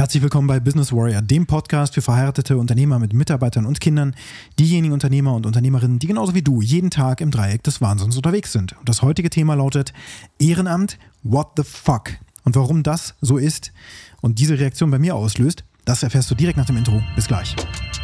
Herzlich willkommen bei Business Warrior, dem Podcast für verheiratete Unternehmer mit Mitarbeitern und Kindern, diejenigen Unternehmer und Unternehmerinnen, die genauso wie du jeden Tag im Dreieck des Wahnsinns unterwegs sind. Und das heutige Thema lautet Ehrenamt, what the fuck? Und warum das so ist und diese Reaktion bei mir auslöst, das erfährst du direkt nach dem Intro. Bis gleich.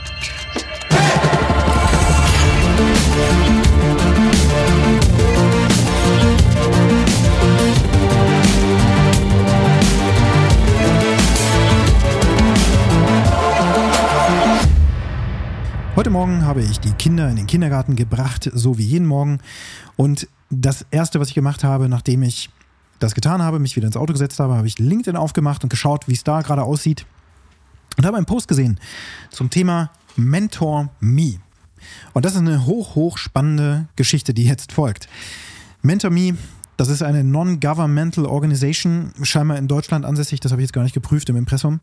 Heute Morgen habe ich die Kinder in den Kindergarten gebracht, so wie jeden Morgen. Und das Erste, was ich gemacht habe, nachdem ich das getan habe, mich wieder ins Auto gesetzt habe, habe ich LinkedIn aufgemacht und geschaut, wie es da gerade aussieht. Und habe einen Post gesehen zum Thema Mentor Me. Und das ist eine hoch spannende Geschichte, die jetzt folgt. Mentor Me, das ist eine Non-Governmental Organization, scheinbar in Deutschland ansässig, das habe ich jetzt gar nicht geprüft im Impressum,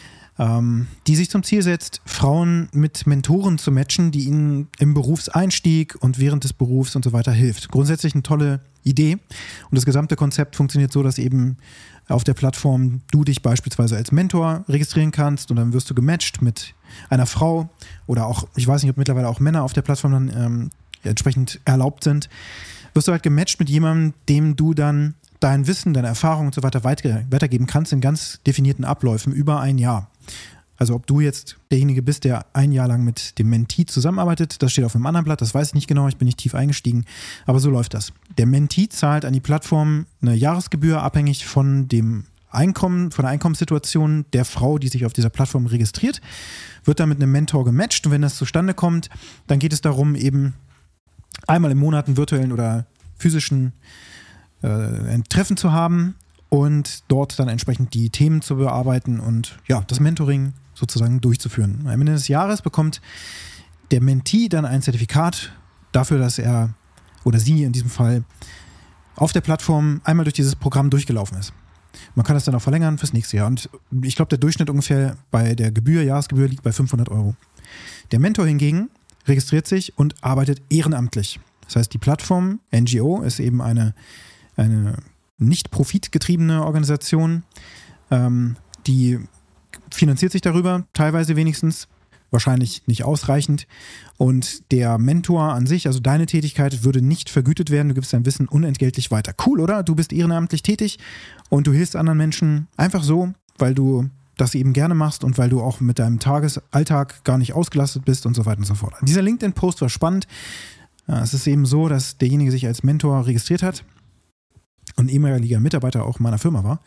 die sich zum Ziel setzt, Frauen mit Mentoren zu matchen, die ihnen im Berufseinstieg und während des Berufs und so weiter hilft. Grundsätzlich eine tolle Idee und das gesamte Konzept funktioniert so, dass eben auf der Plattform du dich beispielsweise als Mentor registrieren kannst und dann wirst du gematcht mit einer Frau oder auch, ich weiß nicht, ob mittlerweile auch Männer auf der Plattform dann entsprechend erlaubt sind, wirst du halt gematcht mit jemandem, dem du dann dein Wissen, deine Erfahrungen und so weiter weitergeben kannst in ganz definierten Abläufen über ein Jahr. Also ob du jetzt derjenige bist, der ein Jahr lang mit dem Mentee zusammenarbeitet, das steht auf einem anderen Blatt, das weiß ich nicht genau, ich bin nicht tief eingestiegen, aber so läuft das. Der Mentee zahlt an die Plattform eine Jahresgebühr, abhängig von dem Einkommen, von der Einkommenssituation der Frau, die sich auf dieser Plattform registriert, wird dann mit einem Mentor gematcht und wenn das zustande kommt, dann geht es darum, eben einmal im Monat einen virtuellen oder physischen ein Treffen zu haben und dort dann entsprechend die Themen zu bearbeiten und ja, das Mentoring sozusagen durchzuführen. Am Ende des Jahres bekommt der Mentee dann ein Zertifikat dafür, dass er oder sie in diesem Fall auf der Plattform einmal durch dieses Programm durchgelaufen ist. Man kann das dann auch verlängern fürs nächste Jahr und ich glaube, der Durchschnitt ungefähr bei der Jahresgebühr liegt bei 500 €. Der Mentor hingegen registriert sich und arbeitet ehrenamtlich. Das heißt, die Plattform NGO ist eben eine nicht profitgetriebene Organisation, die finanziert sich darüber, teilweise wenigstens, wahrscheinlich nicht ausreichend. Und der Mentor an sich, also deine Tätigkeit, würde nicht vergütet werden. Du gibst dein Wissen unentgeltlich weiter. Cool, oder? Du bist ehrenamtlich tätig und du hilfst anderen Menschen einfach so, weil du das eben gerne machst und weil du auch mit deinem Tagesalltag gar nicht ausgelastet bist und so weiter und so fort. Dieser LinkedIn-Post war spannend. Es ist eben so, dass derjenige sich als Mentor registriert hat und ehemaliger Mitarbeiter auch meiner Firma war.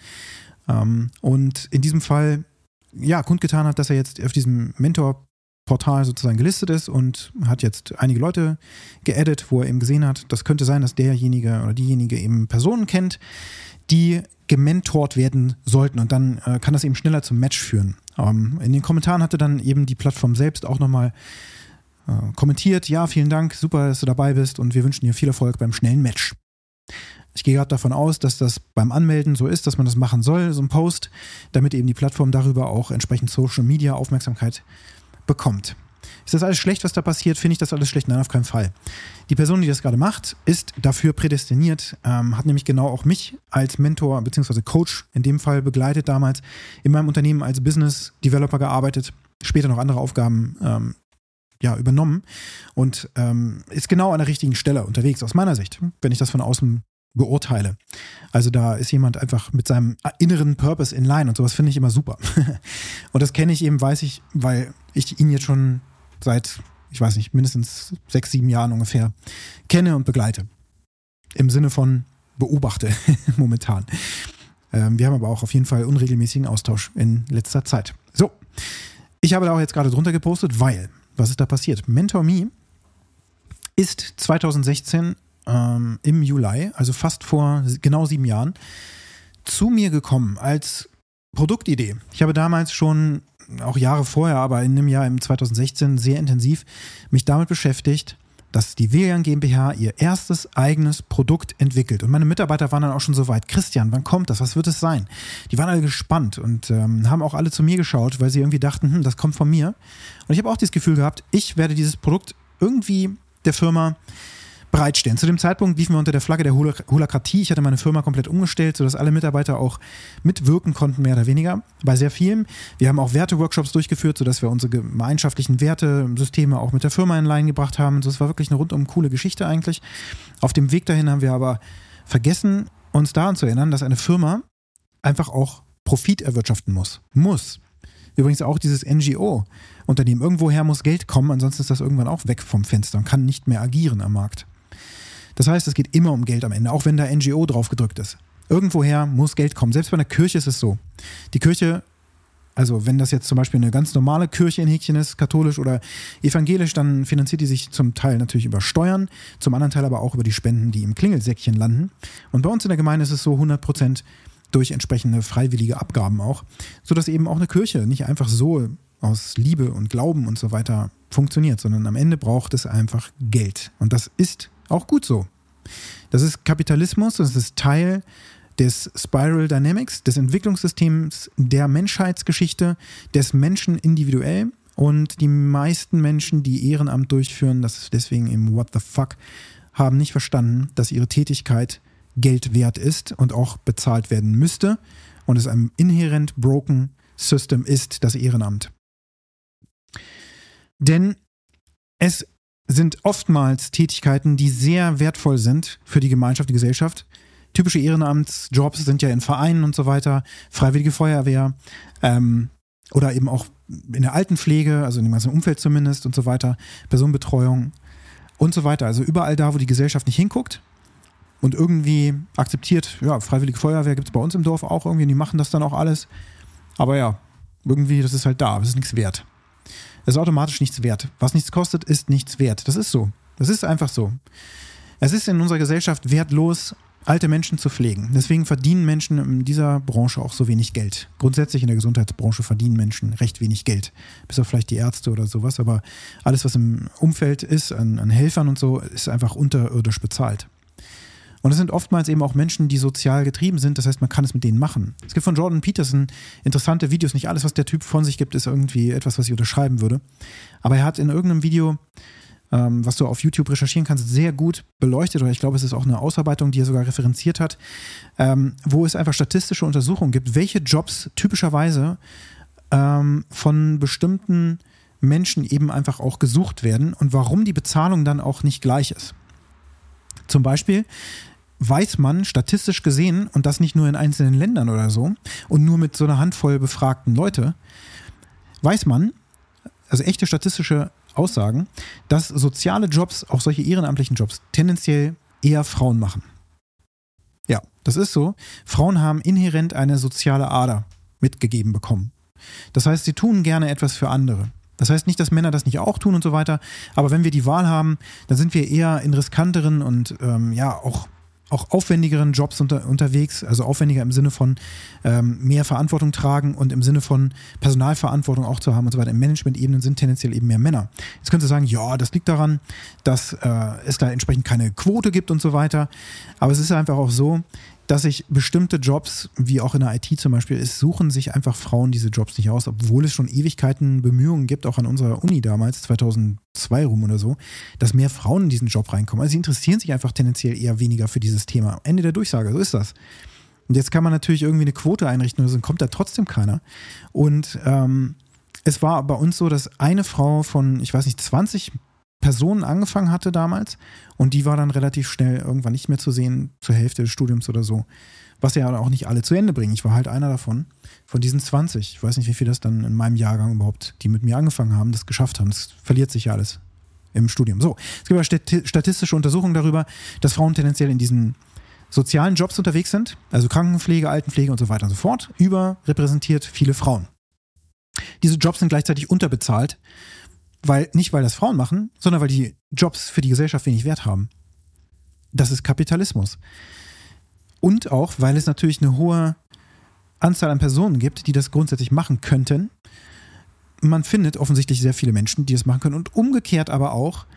Und in diesem Fall ja kundgetan hat, dass er jetzt auf diesem Mentor-Portal sozusagen gelistet ist und hat jetzt einige Leute geaddet, wo er eben gesehen hat, das könnte sein, dass derjenige oder diejenige eben Personen kennt, die gementort werden sollten und dann kann das eben schneller zum Match führen. In den Kommentaren hatte dann eben die Plattform selbst auch nochmal kommentiert, ja, vielen Dank, super, dass du dabei bist und wir wünschen dir viel Erfolg beim schnellen Match. Ich gehe gerade davon aus, dass das beim Anmelden so ist, dass man das machen soll, so ein Post, damit eben die Plattform darüber auch entsprechend Social Media Aufmerksamkeit bekommt. Ist das alles schlecht, was da passiert? Finde ich das alles schlecht? Nein, auf keinen Fall. Die Person, die das gerade macht, ist dafür prädestiniert, hat nämlich genau auch mich als Mentor bzw. Coach in dem Fall begleitet damals, in meinem Unternehmen als Business Developer gearbeitet, später noch andere Aufgaben übernommen und ist genau an der richtigen Stelle unterwegs, aus meiner Sicht, wenn ich das von außen beurteile. Also da ist jemand einfach mit seinem inneren Purpose in line und sowas finde ich immer super. Und das kenne ich eben, weiß ich, weil ich ihn jetzt schon seit, ich weiß nicht, mindestens 6-7 Jahren ungefähr kenne und begleite. Im Sinne von beobachte momentan. Wir haben aber auch auf jeden Fall unregelmäßigen Austausch in letzter Zeit. So, ich habe da auch jetzt gerade drunter gepostet, weil, was ist da passiert? Mentor Me ist 2016 im Juli, also fast vor genau 7 Jahren, zu mir gekommen als Produktidee. Ich habe damals schon, auch Jahre vorher, aber in einem Jahr im 2016 sehr intensiv mich damit beschäftigt, dass die Velian GmbH ihr erstes eigenes Produkt entwickelt. Und meine Mitarbeiter waren dann auch schon so weit. Christian, wann kommt das? Was wird es sein? Die waren alle gespannt und haben auch alle zu mir geschaut, weil sie irgendwie dachten, das kommt von mir. Und ich habe auch das Gefühl gehabt, ich werde dieses Produkt irgendwie der Firma bereitstellen. Zu dem Zeitpunkt liefen wir unter der Flagge der Holokratie. Ich hatte meine Firma komplett umgestellt, sodass alle Mitarbeiter auch mitwirken konnten, mehr oder weniger, bei sehr vielem. Wir haben auch Werte-Workshops durchgeführt, sodass wir unsere gemeinschaftlichen Wertesysteme auch mit der Firma in Line gebracht haben. Das war wirklich eine rundum coole Geschichte eigentlich. Auf dem Weg dahin haben wir aber vergessen, uns daran zu erinnern, dass eine Firma einfach auch Profit erwirtschaften muss. Übrigens auch dieses NGO-Unternehmen. Irgendwoher muss Geld kommen, ansonsten ist das irgendwann auch weg vom Fenster und kann nicht mehr agieren am Markt. Das heißt, es geht immer um Geld am Ende, auch wenn da NGO drauf gedrückt ist. Irgendwoher muss Geld kommen. Selbst bei einer Kirche ist es so. Die Kirche, also wenn das jetzt zum Beispiel eine ganz normale Kirche in Häkchen ist, katholisch oder evangelisch, dann finanziert die sich zum Teil natürlich über Steuern, zum anderen Teil aber auch über die Spenden, die im Klingelsäckchen landen. Und bei uns in der Gemeinde ist es so 100% durch entsprechende freiwillige Abgaben auch, sodass eben auch eine Kirche nicht einfach so aus Liebe und Glauben und so weiter funktioniert, sondern am Ende braucht es einfach Geld. Und das ist auch gut so. Das ist Kapitalismus, das ist Teil des Spiral Dynamics, des Entwicklungssystems der Menschheitsgeschichte, des Menschen individuell. Und die meisten Menschen, die Ehrenamt durchführen, das ist deswegen im What the fuck, haben nicht verstanden, dass ihre Tätigkeit Geld wert ist und auch bezahlt werden müsste und es ein inhärent broken System ist, das Ehrenamt. Denn es sind oftmals Tätigkeiten, die sehr wertvoll sind für die Gemeinschaft, die Gesellschaft. Typische Ehrenamtsjobs sind ja in Vereinen und so weiter, Freiwillige Feuerwehr oder eben auch in der Altenpflege, also in dem ganzen Umfeld zumindest und so weiter, Personenbetreuung und so weiter. Also überall da, wo die Gesellschaft nicht hinguckt und irgendwie akzeptiert, ja, Freiwillige Feuerwehr gibt es bei uns im Dorf auch irgendwie und die machen das dann auch alles. Aber ja, irgendwie, das ist halt da, aber es ist nichts wert. Es ist automatisch nichts wert. Was nichts kostet, ist nichts wert. Das ist so. Das ist einfach so. Es ist in unserer Gesellschaft wertlos, alte Menschen zu pflegen. Deswegen verdienen Menschen in dieser Branche auch so wenig Geld. Grundsätzlich in der Gesundheitsbranche verdienen Menschen recht wenig Geld. Bis auf vielleicht die Ärzte oder sowas. Aber alles, was im Umfeld ist, an Helfern und so, ist einfach unterirdisch bezahlt. Und es sind oftmals eben auch Menschen, die sozial getrieben sind. Das heißt, man kann es mit denen machen. Es gibt von Jordan Peterson interessante Videos. Nicht alles, was der Typ von sich gibt, ist irgendwie etwas, was ich unterschreiben würde. Aber er hat in irgendeinem Video, was du auf YouTube recherchieren kannst, sehr gut beleuchtet. Oder ich glaube, es ist auch eine Ausarbeitung, die er sogar referenziert hat, wo es einfach statistische Untersuchungen gibt, welche Jobs typischerweise von bestimmten Menschen eben einfach auch gesucht werden und warum die Bezahlung dann auch nicht gleich ist. Zum Beispiel weiß man statistisch gesehen, und das nicht nur in einzelnen Ländern oder so, und nur mit so einer Handvoll befragten Leute, weiß man, also echte statistische Aussagen, dass soziale Jobs, auch solche ehrenamtlichen Jobs, tendenziell eher Frauen machen. Ja, das ist so. Frauen haben inhärent eine soziale Ader mitgegeben bekommen. Das heißt, sie tun gerne etwas für andere. Das heißt nicht, dass Männer das nicht auch tun und so weiter, aber wenn wir die Wahl haben, dann sind wir eher in riskanteren und auch aufwendigeren Jobs unterwegs, also aufwendiger im Sinne von mehr Verantwortung tragen und im Sinne von Personalverantwortung auch zu haben und so weiter. In Management-Ebenen sind tendenziell eben mehr Männer. Jetzt könnt ihr sagen, ja, das liegt daran, dass es da entsprechend keine Quote gibt und so weiter, aber es ist einfach auch so, dass sich bestimmte Jobs, wie auch in der IT zum Beispiel, suchen sich einfach Frauen diese Jobs nicht aus, obwohl es schon Ewigkeiten Bemühungen gibt, auch an unserer Uni damals, 2002 rum oder so, dass mehr Frauen in diesen Job reinkommen. Also sie interessieren sich einfach tendenziell eher weniger für dieses Thema. Ende der Durchsage, so ist das. Und jetzt kann man natürlich irgendwie eine Quote einrichten oder so, dann kommt da trotzdem keiner. Und es war bei uns so, dass eine Frau von, 20 Personen angefangen hatte damals und die war dann relativ schnell irgendwann nicht mehr zu sehen, zur Hälfte des Studiums oder so. Was ja auch nicht alle zu Ende bringen. Ich war halt einer davon, von diesen 20. Ich weiß nicht, wie viele das dann in meinem Jahrgang überhaupt, die mit mir angefangen haben, das geschafft haben. Das verliert sich ja alles im Studium. So, es gibt aber statistische Untersuchungen darüber, dass Frauen tendenziell in diesen sozialen Jobs unterwegs sind, also Krankenpflege, Altenpflege und so weiter und so fort, überrepräsentiert viele Frauen. Diese Jobs sind gleichzeitig unterbezahlt, nicht weil das Frauen machen, sondern weil die Jobs für die Gesellschaft wenig Wert haben. Das ist Kapitalismus. Und auch, weil es natürlich eine hohe Anzahl an Personen gibt, die das grundsätzlich machen könnten. Man findet offensichtlich sehr viele Menschen, die das machen können. Und umgekehrt aber auch,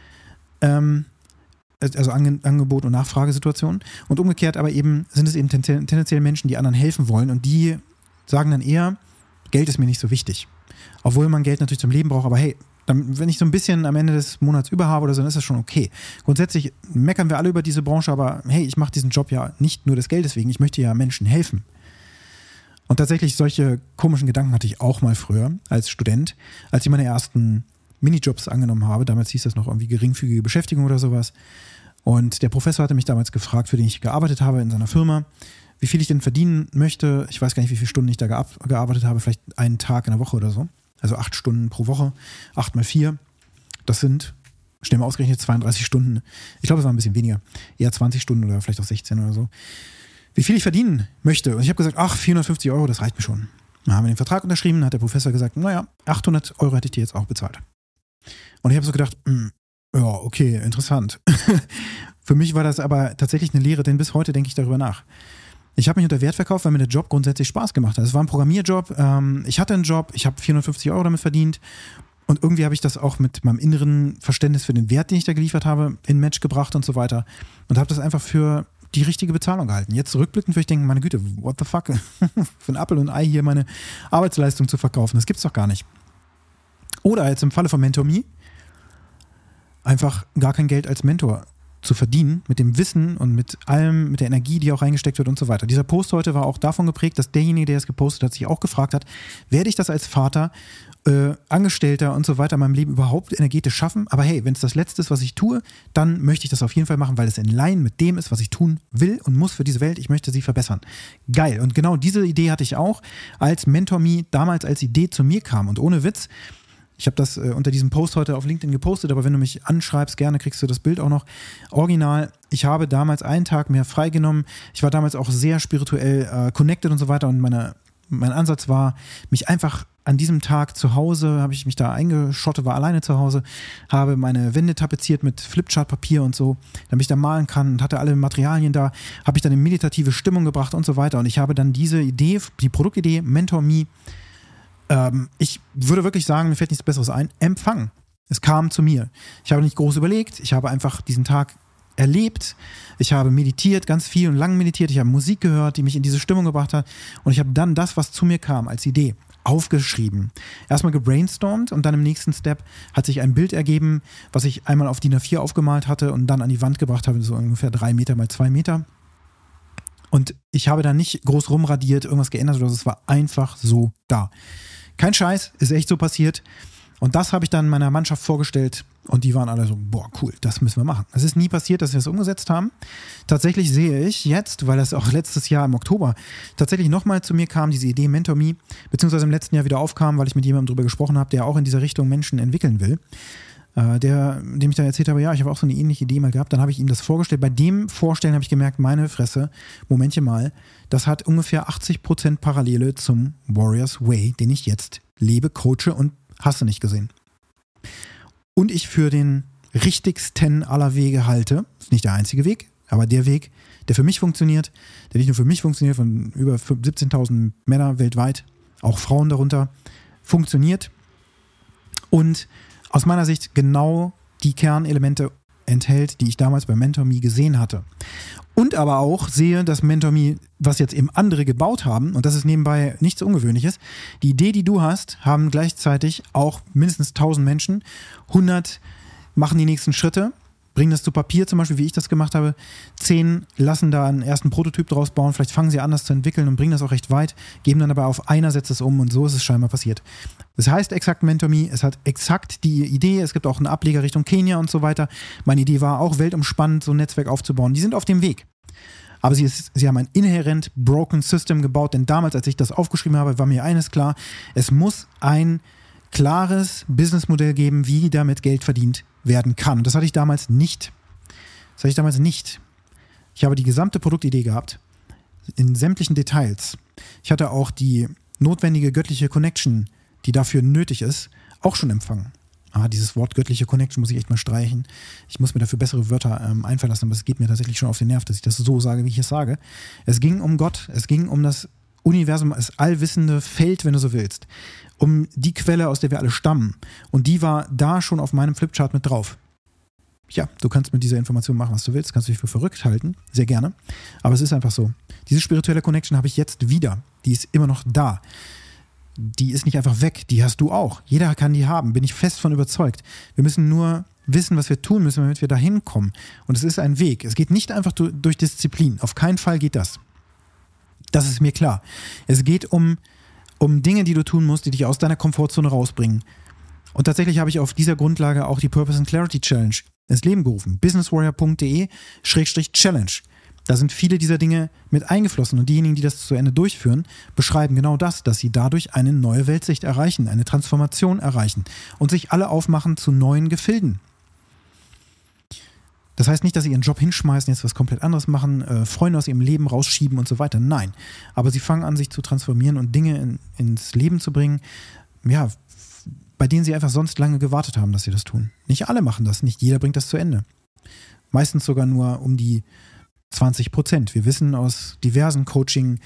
also Angebot- und Nachfragesituationen. Und umgekehrt aber eben sind es eben tendenziell Menschen, die anderen helfen wollen. Und die sagen dann eher, Geld ist mir nicht so wichtig. Obwohl man Geld natürlich zum Leben braucht, aber hey, Wenn ich so ein bisschen am Ende des Monats über habe oder so, dann ist das schon okay. Grundsätzlich meckern wir alle über diese Branche, aber hey, ich mache diesen Job ja nicht nur des Geldes wegen, ich möchte ja Menschen helfen. Und tatsächlich solche komischen Gedanken hatte ich auch mal früher als Student, als ich meine ersten Minijobs angenommen habe. Damals hieß das noch irgendwie geringfügige Beschäftigung oder sowas. Und der Professor hatte mich damals gefragt, für den ich gearbeitet habe in seiner Firma, wie viel ich denn verdienen möchte. Ich weiß gar nicht, wie viele Stunden ich da gearbeitet habe, vielleicht einen Tag in der Woche oder so. Also 8 Stunden pro Woche, 8 mal 4. Das sind, schnell mal ausgerechnet, 32 Stunden. Ich glaube, es war ein bisschen weniger. Eher 20 Stunden oder vielleicht auch 16 oder so. Wie viel ich verdienen möchte. Und ich habe gesagt, 450 Euro, das reicht mir schon. Dann haben wir den Vertrag unterschrieben, dann hat der Professor gesagt, 800 Euro hätte ich dir jetzt auch bezahlt. Und ich habe so gedacht, ja, okay, interessant. Für mich war das aber tatsächlich eine Lehre, denn bis heute denke ich darüber nach. Ich habe mich unter Wert verkauft, weil mir der Job grundsätzlich Spaß gemacht hat. Es war ein Programmierjob, ich hatte einen Job, ich habe 450 Euro damit verdient und irgendwie habe ich das auch mit meinem inneren Verständnis für den Wert, den ich da geliefert habe, in ein Match gebracht und so weiter und habe das einfach für die richtige Bezahlung gehalten. Jetzt rückblickend würde ich denken, meine Güte, what the fuck, für ein Apfel und ein Ei hier meine Arbeitsleistung zu verkaufen, das gibt's doch gar nicht. Oder jetzt im Falle von MentorMe, einfach gar kein Geld als Mentor zu verdienen, mit dem Wissen und mit allem, mit der Energie, die auch reingesteckt wird und so weiter. Dieser Post heute war auch davon geprägt, dass derjenige, der es gepostet hat, sich auch gefragt hat, werde ich das als Vater, Angestellter und so weiter in meinem Leben überhaupt energetisch schaffen? Aber hey, wenn es das Letzte ist, was ich tue, dann möchte ich das auf jeden Fall machen, weil es in Line mit dem ist, was ich tun will und muss für diese Welt. Ich möchte sie verbessern. Geil. Und genau diese Idee hatte ich auch, als MentorMe damals als Idee zu mir kam. Und ohne Witz, ich habe das unter diesem Post heute auf LinkedIn gepostet, aber wenn du mich anschreibst, gerne kriegst du das Bild auch noch. Original, ich habe damals einen Tag mehr freigenommen. Ich war damals auch sehr spirituell connected und so weiter und mein Ansatz war, mich einfach an diesem Tag zu Hause, habe ich mich da eingeschottet, war alleine zu Hause, habe meine Wände tapeziert mit Flipchart-Papier und so, damit ich da malen kann und hatte alle Materialien da, habe ich dann in meditative Stimmung gebracht und so weiter. Und ich habe dann diese Idee, die Produktidee MentorMe, ich würde wirklich sagen, mir fällt nichts Besseres ein, empfangen. Es kam zu mir. Ich habe nicht groß überlegt, ich habe einfach diesen Tag erlebt, ich habe meditiert, ganz viel und lang meditiert, ich habe Musik gehört, die mich in diese Stimmung gebracht hat und ich habe dann das, was zu mir kam als Idee, aufgeschrieben. Erstmal gebrainstormt und dann im nächsten Step hat sich ein Bild ergeben, was ich einmal auf DIN A4 aufgemalt hatte und dann an die Wand gebracht habe, so ungefähr 3 Meter mal 2 Meter. Und ich habe da nicht groß rumradiert, irgendwas geändert oder so, es war einfach so da. Kein Scheiß, ist echt so passiert. Und das habe ich dann meiner Mannschaft vorgestellt und die waren alle so, boah, cool, das müssen wir machen. Es ist nie passiert, dass wir es umgesetzt haben. Tatsächlich sehe ich jetzt, weil das auch letztes Jahr im Oktober tatsächlich nochmal zu mir kam, diese Idee MentorMe, beziehungsweise im letzten Jahr wieder aufkam, weil ich mit jemandem drüber gesprochen habe, der auch in dieser Richtung Menschen entwickeln will. Dem ich dann erzählt habe, ja, ich habe auch so eine ähnliche Idee mal gehabt, dann habe ich ihm das vorgestellt. Bei dem Vorstellen habe ich gemerkt, meine Fresse, Momentchen mal, das hat ungefähr 80% Parallele zum Warriors Way, den ich jetzt lebe, coache und hast du nicht gesehen. Und ich für den richtigsten aller Wege halte, ist nicht der einzige Weg, aber der Weg, der für mich funktioniert, der nicht nur für mich funktioniert, von über 17.000 Männern weltweit, auch Frauen darunter, funktioniert und aus meiner Sicht genau die Kernelemente enthält, die ich damals bei MentorMe gesehen hatte. Und aber auch sehe, dass MentorMe, was jetzt eben andere gebaut haben, und das ist nebenbei nichts Ungewöhnliches, die Idee, die du hast, haben gleichzeitig auch mindestens 1000 Menschen, 100 machen die nächsten Schritte, bringen das zu Papier zum Beispiel, wie ich das gemacht habe, 10 lassen da einen ersten Prototyp draus bauen, vielleicht fangen sie an, das zu entwickeln und bringen das auch recht weit, geben dann aber auf einer, setzt es um und so ist es scheinbar passiert. Das heißt exakt MentorMe, es hat exakt die Idee, es gibt auch einen Ableger Richtung Kenia und so weiter. Meine Idee war auch weltumspannend, so ein Netzwerk aufzubauen. Die sind auf dem Weg. Aber sie haben ein inhärent broken System gebaut, denn damals, als ich das aufgeschrieben habe, war mir eines klar, es muss ein klares Businessmodell geben, wie damit Geld verdient werden kann. Und das hatte ich damals nicht. Ich habe die gesamte Produktidee gehabt, in sämtlichen Details. Ich hatte auch die notwendige göttliche Connection, die dafür nötig ist, auch schon empfangen. Dieses Wort göttliche Connection muss ich echt mal streichen. Ich muss mir dafür bessere Wörter einfallen lassen, aber es geht mir tatsächlich schon auf den Nerv, dass ich das so sage, wie ich es sage. Es ging um Gott, es ging um das Universum, das allwissende Feld, wenn du so willst. Um die Quelle, aus der wir alle stammen. Und die war da schon auf meinem Flipchart mit drauf. Ja, du kannst mit dieser Information machen, was du willst, kannst du dich für verrückt halten, sehr gerne. Aber es ist einfach so. Diese spirituelle Connection habe ich jetzt wieder. Die ist immer noch da. die ist nicht einfach weg, die hast du auch. Jeder kann die haben, bin ich fest von überzeugt. Wir müssen nur wissen, was wir tun müssen, damit wir da hinkommen. Und es ist ein Weg. Es geht nicht einfach durch Disziplin. Auf keinen Fall geht das. Das ist mir klar. Es geht um Dinge, die du tun musst, die dich aus deiner Komfortzone rausbringen. Und tatsächlich habe ich auf dieser Grundlage auch die Purpose and Clarity Challenge ins Leben gerufen. businesswarrior.de/Challenge. Da sind viele dieser Dinge mit eingeflossen und diejenigen, die das zu Ende durchführen, beschreiben genau das, dass sie dadurch eine neue Weltsicht erreichen, eine Transformation erreichen und sich alle aufmachen zu neuen Gefilden. Das heißt nicht, dass sie ihren Job hinschmeißen, jetzt was komplett anderes machen, Freunde aus ihrem Leben rausschieben und so weiter. Nein, aber sie fangen an, sich zu transformieren und Dinge ins Leben zu bringen, ja, bei denen sie einfach sonst lange gewartet haben, dass sie das tun. Nicht alle machen das, nicht jeder bringt das zu Ende. Meistens sogar nur um die 20%. Wir wissen aus diversen Coaching,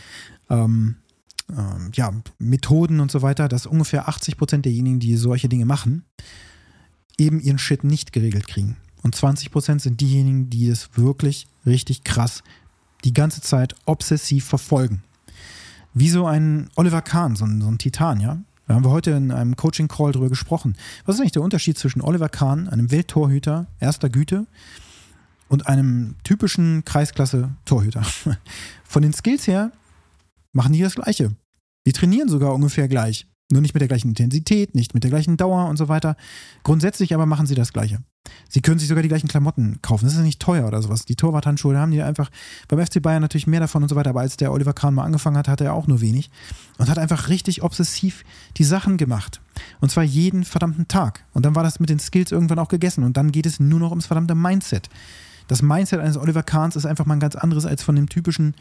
Methoden und so weiter, dass ungefähr 80% derjenigen, die solche Dinge machen, eben ihren Shit nicht geregelt kriegen. Und 20% sind diejenigen, die es wirklich richtig krass die ganze Zeit obsessiv verfolgen. Wie so ein Oliver Kahn, so ein Titan, ja? Da haben wir heute in einem Coaching-Call drüber gesprochen. Was ist eigentlich der Unterschied zwischen Oliver Kahn, einem Welttorhüter erster Güte, und einem typischen Kreisklasse-Torhüter? Von den Skills her machen die das Gleiche. Die trainieren sogar ungefähr gleich. Nur nicht mit der gleichen Intensität, nicht mit der gleichen Dauer und so weiter. Grundsätzlich aber machen sie das Gleiche. Sie können sich sogar die gleichen Klamotten kaufen. Das ist nicht teuer oder sowas. Die Torwarthandschuhe, da haben die einfach beim FC Bayern natürlich mehr davon und so weiter. Aber als der Oliver Kahn mal angefangen hat, hatte er auch nur wenig. Und hat einfach richtig obsessiv die Sachen gemacht. Und zwar jeden verdammten Tag. Und dann war das mit den Skills irgendwann auch gegessen. Und dann geht es nur noch ums verdammte Mindset. Das Mindset eines Oliver Kahns ist einfach mal ein ganz anderes als von dem typischen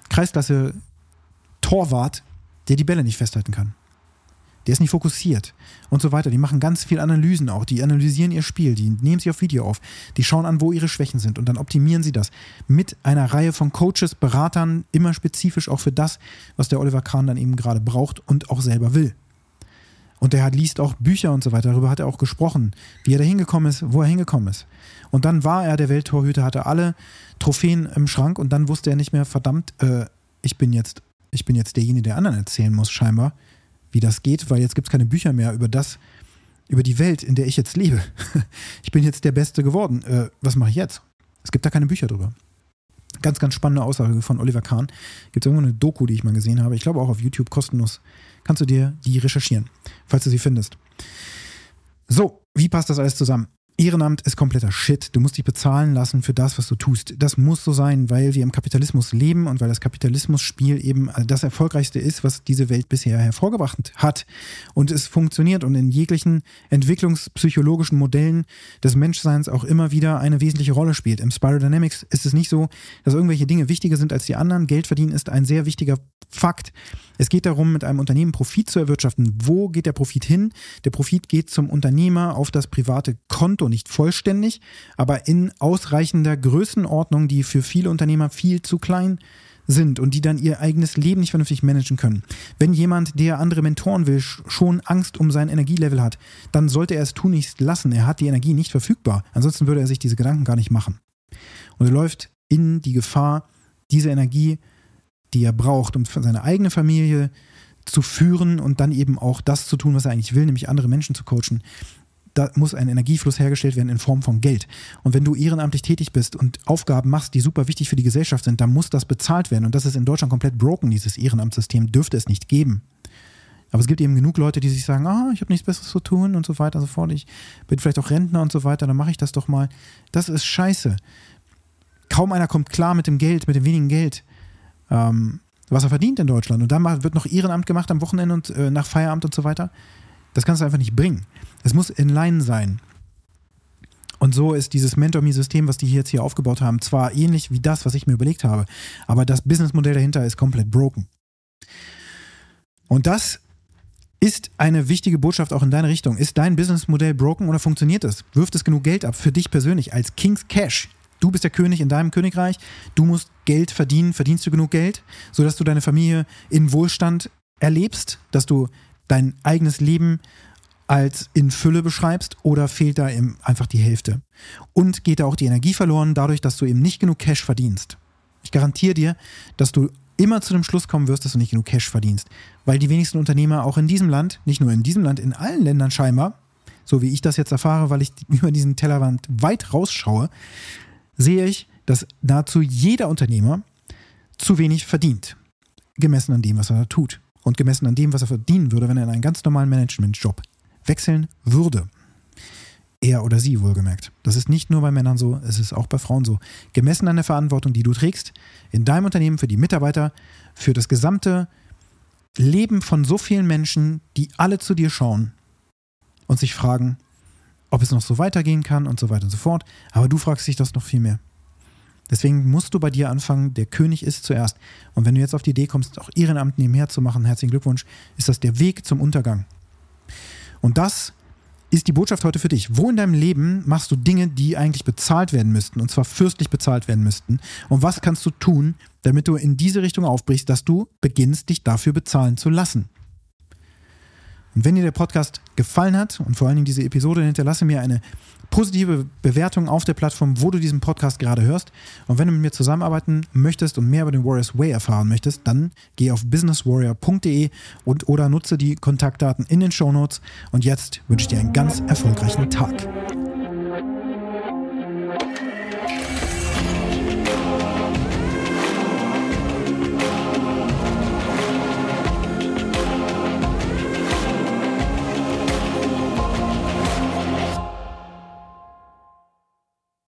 Kreisklasse-Torwart, der die Bälle nicht festhalten kann. Der ist nicht fokussiert und so weiter. Die machen ganz viel Analysen auch. Die analysieren ihr Spiel, die nehmen sich auf Video auf, die schauen an, wo ihre Schwächen sind und dann optimieren sie das mit einer Reihe von Coaches, Beratern, immer spezifisch auch für das, was der Oliver Kahn dann eben gerade braucht und auch selber will. Und der liest auch Bücher und so weiter. Darüber hat er auch gesprochen, wie er da hingekommen ist, wo er hingekommen ist. Und dann war er der Welttorhüter, hatte alle Trophäen im Schrank und dann wusste er nicht mehr, verdammt, ich bin jetzt derjenige, der anderen erzählen muss scheinbar, wie das geht, weil jetzt gibt es keine Bücher mehr über die Welt, in der ich jetzt lebe. Ich bin jetzt der Beste geworden. Was mache ich jetzt? Es gibt da keine Bücher drüber. Ganz, ganz spannende Aussage von Oliver Kahn. Gibt es irgendwo eine Doku, die ich mal gesehen habe. Ich glaube auch auf YouTube kostenlos. Kannst du dir die recherchieren, falls du sie findest. So, wie passt das alles zusammen? Ehrenamt ist kompletter Shit. Du musst dich bezahlen lassen für das, was du tust. Das muss so sein, weil wir im Kapitalismus leben und weil das Kapitalismusspiel eben das erfolgreichste ist, was diese Welt bisher hervorgebracht hat. Und es funktioniert und in jeglichen entwicklungspsychologischen Modellen des Menschseins auch immer wieder eine wesentliche Rolle spielt. Im Spiral Dynamics ist es nicht so, dass irgendwelche Dinge wichtiger sind als die anderen. Geld verdienen ist ein sehr wichtiger Fakt. Es geht darum, mit einem Unternehmen Profit zu erwirtschaften. Wo geht der Profit hin? Der Profit geht zum Unternehmer auf das private Konto, nicht vollständig, aber in ausreichender Größenordnung, die für viele Unternehmer viel zu klein sind und die dann ihr eigenes Leben nicht vernünftig managen können. Wenn jemand, der andere mentoren will, schon Angst um sein Energielevel hat, dann sollte er es tunlichst lassen. Er hat die Energie nicht verfügbar. Ansonsten würde er sich diese Gedanken gar nicht machen. Und er läuft in die Gefahr, diese Energie, die er braucht, um seine eigene Familie zu führen und dann eben auch das zu tun, was er eigentlich will, nämlich andere Menschen zu coachen. Da muss ein Energiefluss hergestellt werden in Form von Geld. Und wenn du ehrenamtlich tätig bist und Aufgaben machst, die super wichtig für die Gesellschaft sind, dann muss das bezahlt werden. Und das ist in Deutschland komplett broken, dieses Ehrenamtssystem, dürfte es nicht geben. Aber es gibt eben genug Leute, die sich sagen, ich habe nichts Besseres zu tun und so weiter und so fort. Ich bin vielleicht auch Rentner und so weiter, dann mache ich das doch mal. Das ist scheiße. Kaum einer kommt klar mit dem Geld, mit dem wenigen Geld, was er verdient in Deutschland. Und dann wird noch Ehrenamt gemacht am Wochenende und nach Feierabend und so weiter. Das kannst du einfach nicht bringen. Es muss in line sein. Und so ist dieses Mentor-Me-System, was die jetzt hier aufgebaut haben, zwar ähnlich wie das, was ich mir überlegt habe, aber das Businessmodell dahinter ist komplett broken. Und das ist eine wichtige Botschaft auch in deine Richtung. Ist dein Businessmodell broken oder funktioniert es? Wirft es genug Geld ab für dich persönlich als King's Cash? Du bist der König in deinem Königreich. Du musst Geld verdienen. Verdienst du genug Geld, sodass du deine Familie in Wohlstand erlebst, dass du dein eigenes Leben als in Fülle beschreibst, oder fehlt da eben einfach die Hälfte? Und geht da auch die Energie verloren dadurch, dass du eben nicht genug Cash verdienst? Ich garantiere dir, dass du immer zu dem Schluss kommen wirst, dass du nicht genug Cash verdienst. Weil die wenigsten Unternehmer auch in diesem Land, nicht nur in diesem Land, in allen Ländern scheinbar, so wie ich das jetzt erfahre, weil ich über diesen Tellerrand weit rausschaue, sehe ich, dass nahezu jeder Unternehmer zu wenig verdient. Gemessen an dem, was er da tut. Und gemessen an dem, was er verdienen würde, wenn er in einen ganz normalen Managementjob wechseln würde. Er oder sie wohlgemerkt. Das ist nicht nur bei Männern so, es ist auch bei Frauen so. Gemessen an der Verantwortung, die du trägst, in deinem Unternehmen, für die Mitarbeiter, für das gesamte Leben von so vielen Menschen, die alle zu dir schauen und sich fragen, ob es noch so weitergehen kann und so weiter und so fort. Aber du fragst dich das noch viel mehr. Deswegen musst du bei dir anfangen, der König ist zuerst. Und wenn du jetzt auf die Idee kommst, auch Ehrenamt nebenher zu machen, herzlichen Glückwunsch, ist das der Weg zum Untergang. Und das ist die Botschaft heute für dich. Wo in deinem Leben machst du Dinge, die eigentlich bezahlt werden müssten, und zwar fürstlich bezahlt werden müssten? Und was kannst du tun, damit du in diese Richtung aufbrichst, dass du beginnst, dich dafür bezahlen zu lassen? Und wenn dir der Podcast gefallen hat und vor allen Dingen diese Episode, hinterlasse mir eine positive Bewertung auf der Plattform, wo du diesen Podcast gerade hörst. Und wenn du mit mir zusammenarbeiten möchtest und mehr über den Warriors Way erfahren möchtest, dann geh auf businesswarrior.de oder nutze die Kontaktdaten in den Shownotes. Und jetzt wünsche ich dir einen ganz erfolgreichen Tag.